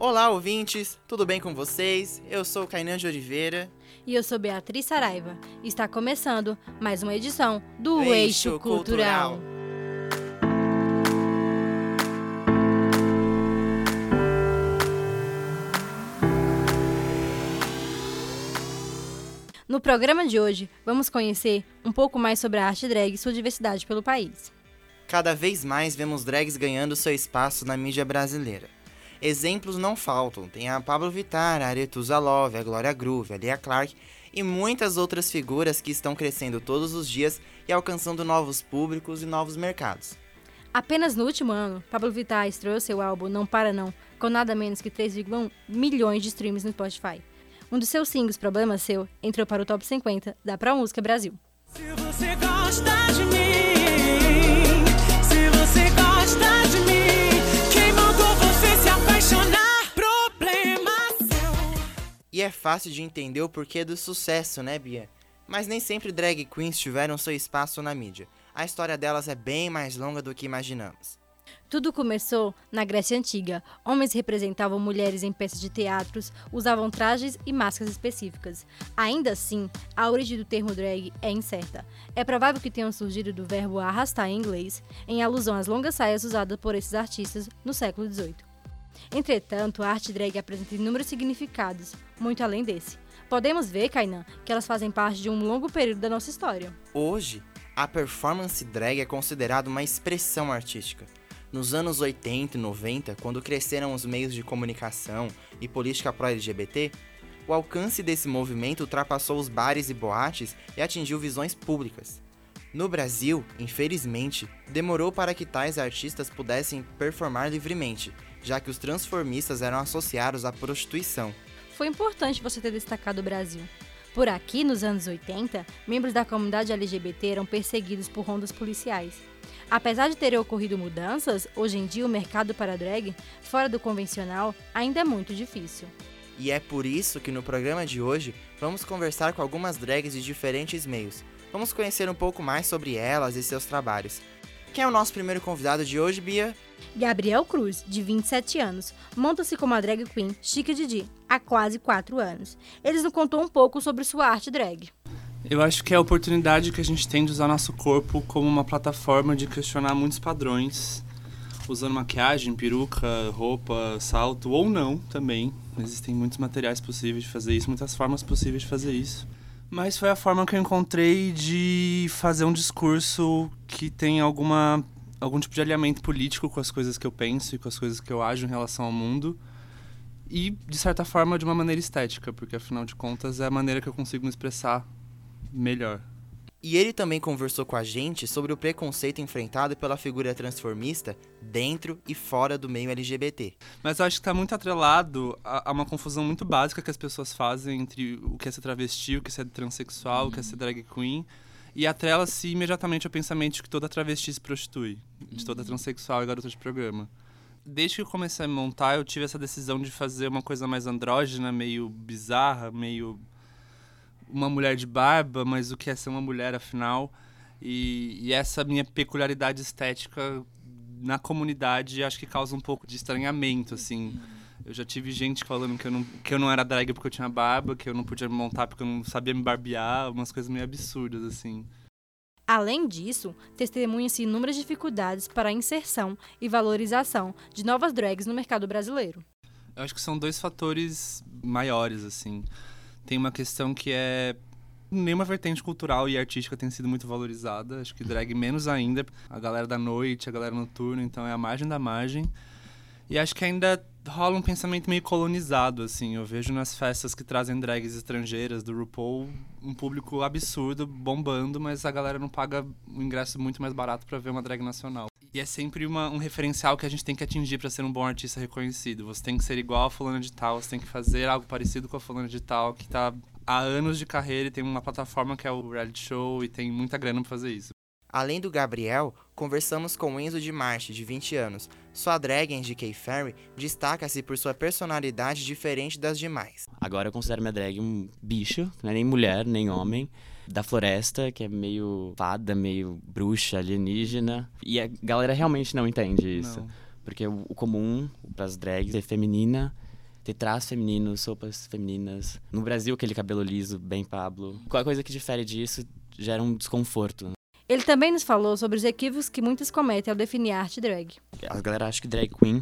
Olá, ouvintes! Tudo bem com vocês? Eu sou Kainan de Oliveira. E eu sou Beatriz Saraiva. Está começando mais uma edição do Eixo Cultural. No programa de hoje, vamos conhecer um pouco mais sobre a arte drag e sua diversidade pelo país. Cada vez mais vemos drags ganhando seu espaço na mídia brasileira. Exemplos não faltam, tem a Pablo Vittar, a Aretusa Love, a Glória Groove, a Lia Clark e muitas outras figuras que estão crescendo todos os dias e alcançando novos públicos e novos mercados. Apenas no último ano, Pablo Vittar estreou seu álbum Não Para Não, com nada menos que 3,1 milhões de streams no Spotify. Um dos seus singles, Problema Seu, entrou para o top 50 da Pro Música Brasil. Se você gosta de mim, se você gosta de mim, quem mandou você se apaixonar? Problema seu. E é fácil de entender o porquê do sucesso, né, Bia? Mas nem sempre drag queens tiveram seu espaço na mídia. A história delas é bem mais longa do que imaginamos. Tudo começou na Grécia Antiga. Homens representavam mulheres em peças de teatros, usavam trajes e máscaras específicas. Ainda assim, a origem do termo drag é incerta. É provável que tenham surgido do verbo arrastar em inglês, em alusão às longas saias usadas por esses artistas no século XVIII. Entretanto, a arte drag apresenta inúmeros significados, muito além desse. Podemos ver, Kainan, que elas fazem parte de um longo período da nossa história. Hoje, a performance drag é considerada uma expressão artística. Nos anos 80 e 90, quando cresceram os meios de comunicação e política pró-LGBT, o alcance desse movimento ultrapassou os bares e boates e atingiu visões públicas. No Brasil, infelizmente, demorou para que tais artistas pudessem performar livremente, já que os transformistas eram associados à prostituição. Foi importante você ter destacado o Brasil. Por aqui, nos anos 80, membros da comunidade LGBT eram perseguidos por rondas policiais. Apesar de terem ocorrido mudanças, hoje em dia o mercado para drag, fora do convencional, ainda é muito difícil. E é por isso que no programa de hoje vamos conversar com algumas drags de diferentes meios. Vamos conhecer um pouco mais sobre elas e seus trabalhos. Quem é o nosso primeiro convidado de hoje, Bia? Gabriel Cruz, de 27 anos, monta-se como a drag queen Chica Didi há quase 4 anos. Ele nos contou um pouco sobre sua arte drag. Eu acho que é a oportunidade que a gente tem de usar nosso corpo como uma plataforma de questionar muitos padrões, usando maquiagem, peruca, roupa, salto, ou não também. Existem muitos materiais possíveis de fazer isso, muitas formas possíveis de fazer isso. Mas foi a forma que eu encontrei de fazer um discurso que tem algum tipo de alinhamento político com as coisas que eu penso e com as coisas que eu ajo em relação ao mundo. E, de certa forma, de uma maneira estética, porque, afinal de contas, é a maneira que eu consigo me expressar melhor. E ele também conversou com a gente sobre o preconceito enfrentado pela figura transformista dentro e fora do meio LGBT. Mas eu acho que está muito atrelado a uma confusão muito básica que as pessoas fazem entre o que é ser travesti, o que é ser transexual, o que é ser drag queen, e atrela-se imediatamente ao pensamento de que toda travesti se prostitui, de toda transexual e garota de programa. Desde que eu comecei a montar, eu tive essa decisão de fazer uma coisa mais andrógena, meio bizarra, meio uma mulher de barba, mas o que é ser uma mulher, afinal. E essa minha peculiaridade estética na comunidade, acho que causa um pouco de estranhamento, assim. Eu já tive gente falando que eu não era drag porque eu tinha barba, que eu não podia me montar porque eu não sabia me barbear, umas coisas meio absurdas, assim. Além disso, testemunha-se inúmeras dificuldades para a inserção e valorização de novas drags no mercado brasileiro. Eu acho que são 2 fatores maiores, assim. Tem uma questão que é... Nenhuma vertente cultural e artística tem sido muito valorizada. Acho que drag menos ainda. A galera da noite, a galera noturna, então é a margem da margem. E acho que ainda rola um pensamento meio colonizado, assim. Eu vejo nas festas que trazem drags estrangeiras do RuPaul um público absurdo, bombando, mas a galera não paga um ingresso muito mais barato pra ver uma drag nacional. E é sempre um referencial que a gente tem que atingir pra ser um bom artista reconhecido. Você tem que ser igual a fulana de tal, você tem que fazer algo parecido com a fulana de tal, que tá há anos de carreira e tem uma plataforma que é o reality show e tem muita grana pra fazer isso. Além do Gabriel, conversamos com Enzo de Marte, de 20 anos. Sua drag, NGK Ferry, destaca-se por sua personalidade diferente das demais. Agora eu considero minha drag um bicho, não é nem mulher, nem homem. Da floresta, que é meio fada, meio bruxa, alienígena. E a galera realmente não entende isso. Não. Porque o comum pras drags é feminina ter traços femininos, roupas femininas. No Brasil, aquele cabelo liso, bem Pablo. Qualquer coisa que difere disso gera um desconforto. Ele também nos falou sobre os equívocos que muitas cometem ao definir a arte drag. A galera acha que drag queen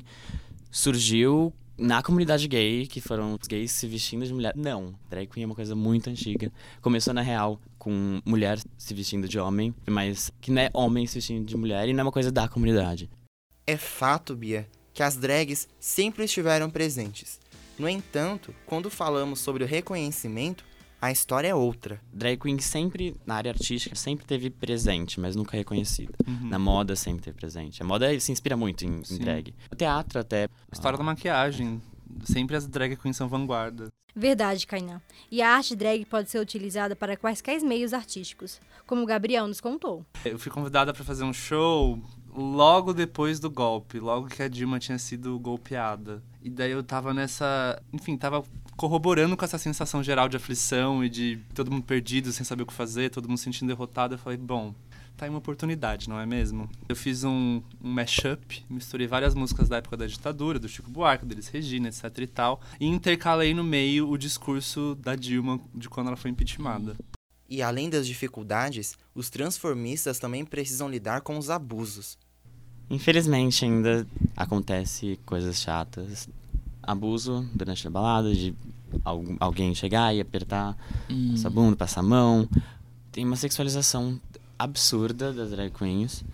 surgiu na comunidade gay, que foram os gays se vestindo de mulher. Não, drag queen é uma coisa muito antiga. Começou, na real, com mulher se vestindo de homem, mas que não é homem se vestindo de mulher e não é uma coisa da comunidade. É fato, Bia, que as drags sempre estiveram presentes. No entanto, quando falamos sobre o reconhecimento, a história é outra. Drag queen sempre, na área artística, sempre teve presente, mas nunca reconhecida. Na moda sempre teve presente. A moda se inspira muito em drag. O teatro até. A história da maquiagem. Sempre as drag queens são vanguarda. Verdade, Kainan. E a arte drag pode ser utilizada para quaisquer meios artísticos, como o Gabriel nos contou. Eu fui convidada para fazer um show logo depois do golpe, logo que a Dilma tinha sido golpeada. E daí eu tava nessa... Enfim, tava corroborando com essa sensação geral de aflição e de todo mundo perdido, sem saber o que fazer, todo mundo se sentindo derrotado. Eu falei, bom, tá aí uma oportunidade, não é mesmo? Eu fiz um mashup, misturei várias músicas da época da ditadura, do Chico Buarque, deles Regina, etc e tal, e intercalei no meio o discurso da Dilma de quando ela foi impeachmentada. E além das dificuldades, os transformistas também precisam lidar com os abusos. Infelizmente, ainda acontece coisas chatas. Abuso durante a balada, de alguém chegar e apertar essa bunda, passar a mão. Tem uma sexualização absurda das drag queens.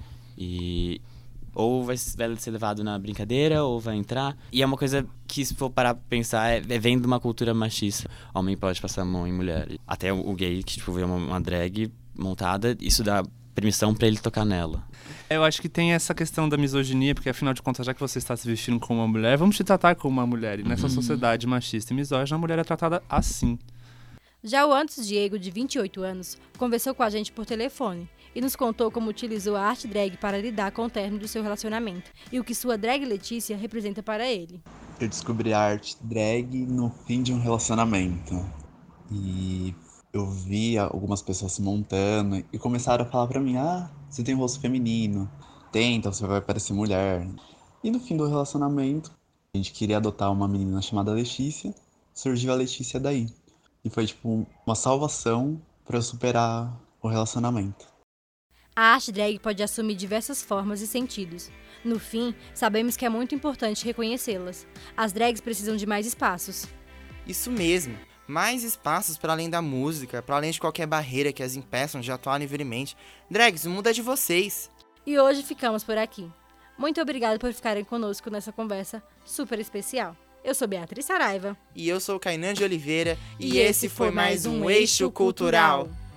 E ou vai ser levado na brincadeira, ou vai entrar. E é uma coisa que, se for parar pra pensar, vem de uma cultura machista. Homem pode passar a mão em mulher. Até o gay, que tipo, vê uma drag montada, isso dá permissão pra ele tocar nela. Eu acho que tem essa questão da misoginia, porque afinal de contas, já que você está se vestindo como uma mulher, vamos te tratar como uma mulher. E nessa sociedade machista e misógina, a mulher é tratada assim. Já o Antes Diego, de 28 anos, conversou com a gente por telefone e nos contou como utilizou a arte drag para lidar com o término do seu relacionamento e o que sua drag Letícia representa para ele. Eu descobri a arte drag no fim de um relacionamento. E eu vi algumas pessoas se montando e começaram a falar pra mim, você tem um rosto feminino, então você vai parecer mulher. E no fim do relacionamento, a gente queria adotar uma menina chamada Letícia, surgiu a Letícia daí. E foi tipo uma salvação pra eu superar o relacionamento. A arte drag pode assumir diversas formas e sentidos. No fim, sabemos que é muito importante reconhecê-las. As drags precisam de mais espaços. Isso mesmo, mais espaços para além da música, para além de qualquer barreira que as impeçam de atuar livremente. Drags, o mundo é de vocês! E hoje ficamos por aqui. Muito obrigada por ficarem conosco nessa conversa super especial. Eu sou Beatriz Saraiva. E eu sou o Kainan de Oliveira. E esse foi mais um Eixo Cultural.